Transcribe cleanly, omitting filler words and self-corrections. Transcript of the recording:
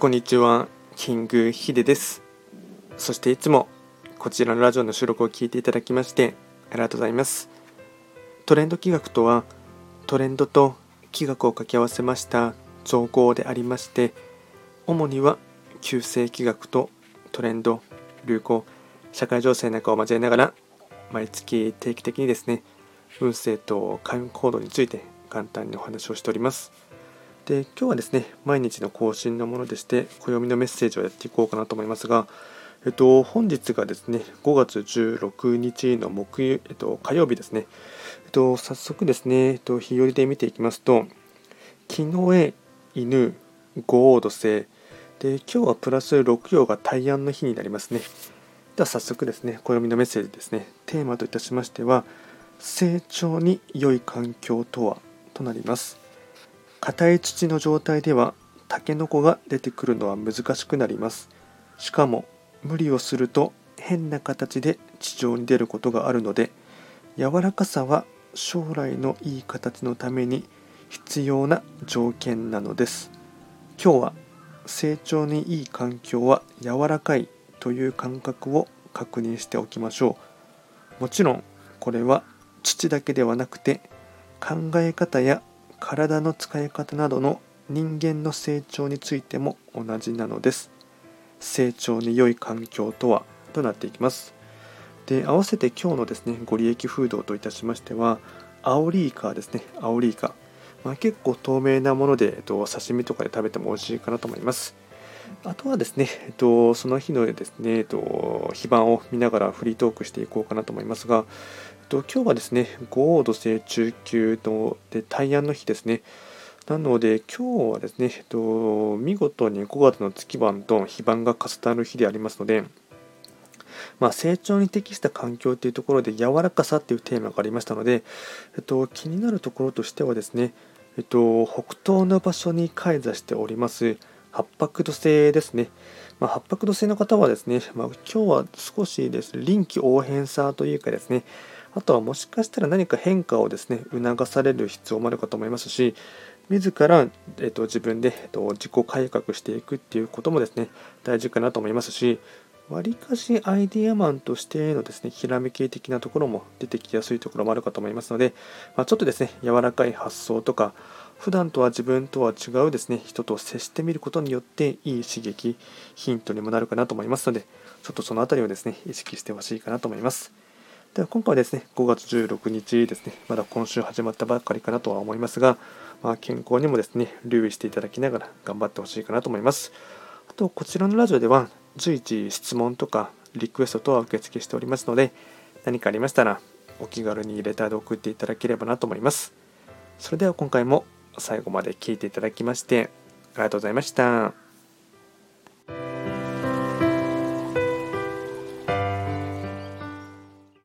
こんにちは、キングヒデです。そしていつもこちらのラジオの収録を聞いていただきましてありがとうございます。トレンド企画とは、トレンドと企画を掛け合わせました造語でありまして、主には旧世企画とトレンド、流行、社会情勢なんかを交えながら、毎月定期的にですね、運勢と開運行動について簡単にお話をしております。で、今日はですね、毎日の更新のものでして、暦のメッセージをやっていこうかなと思いますが、本日がですね、5月16日の火曜日ですね。早速ですね、日和で見ていきますと、木の絵、犬、五黄土星、で、今日はプラス6曜が大安の日になりますね。では早速ですね、暦のメッセージですね、テーマといたしましては、成長に良い環境とはとなります。硬い土の状態ではタケノコが出てくるのは難しくなります。しかも無理をすると変な形で地上に出ることがあるので、柔らかさは将来のいい形のために必要な条件なのです。今日は成長にいい環境は柔らかいという感覚を確認しておきましょう。もちろんこれは土だけではなくて、考え方や体の使い方などの人間の成長についても同じなのです。成長に良い環境とはとなっていきます。で、合わせて今日のですね、ご利益フードといたしましては、アオリイカですね、アオリイカ。結構透明なもので、刺身とかで食べても美味しいかなと思います。あとはですね、その日のですね、非番を見ながらフリートークしていこうかなと思いますが、今日はですね、五黄土星中級ので大安の日ですね。なので今日はですね、見事に5月の月番と非番が重なる日でありますので、成長に適した環境というところで柔らかさというテーマがありましたので、気になるところとしてはですね、北東の場所に開座しております八白土星ですね。八白土星の方はですね、今日は少しですね、臨機応変さというかですね、あとはもしかしたら何か変化をですね、促される必要もあるかと思いますし、自ら、自分で、自己改革していくっていうこともですね、大事かなと思いますし、わりかしアイデアマンとしてのですね、ひらめき的なところも出てきやすいところもあるかと思いますので、ちょっとですね、柔らかい発想とか、普段とは自分とは違うですね、人と接してみることによっていい刺激、ヒントにもなるかなと思いますので、ちょっとそのあたりをですね、意識してほしいかなと思います。では今回はですね、5月16日ですね、まだ今週始まったばかりかなとは思いますが、健康にもですね、留意していただきながら頑張ってほしいかなと思います。あと、こちらのラジオでは随時質問とかリクエスト等は受付しておりますので、何かありましたらお気軽にレターで送っていただければなと思います。それでは今回も最後まで聞いていただきましてありがとうございました。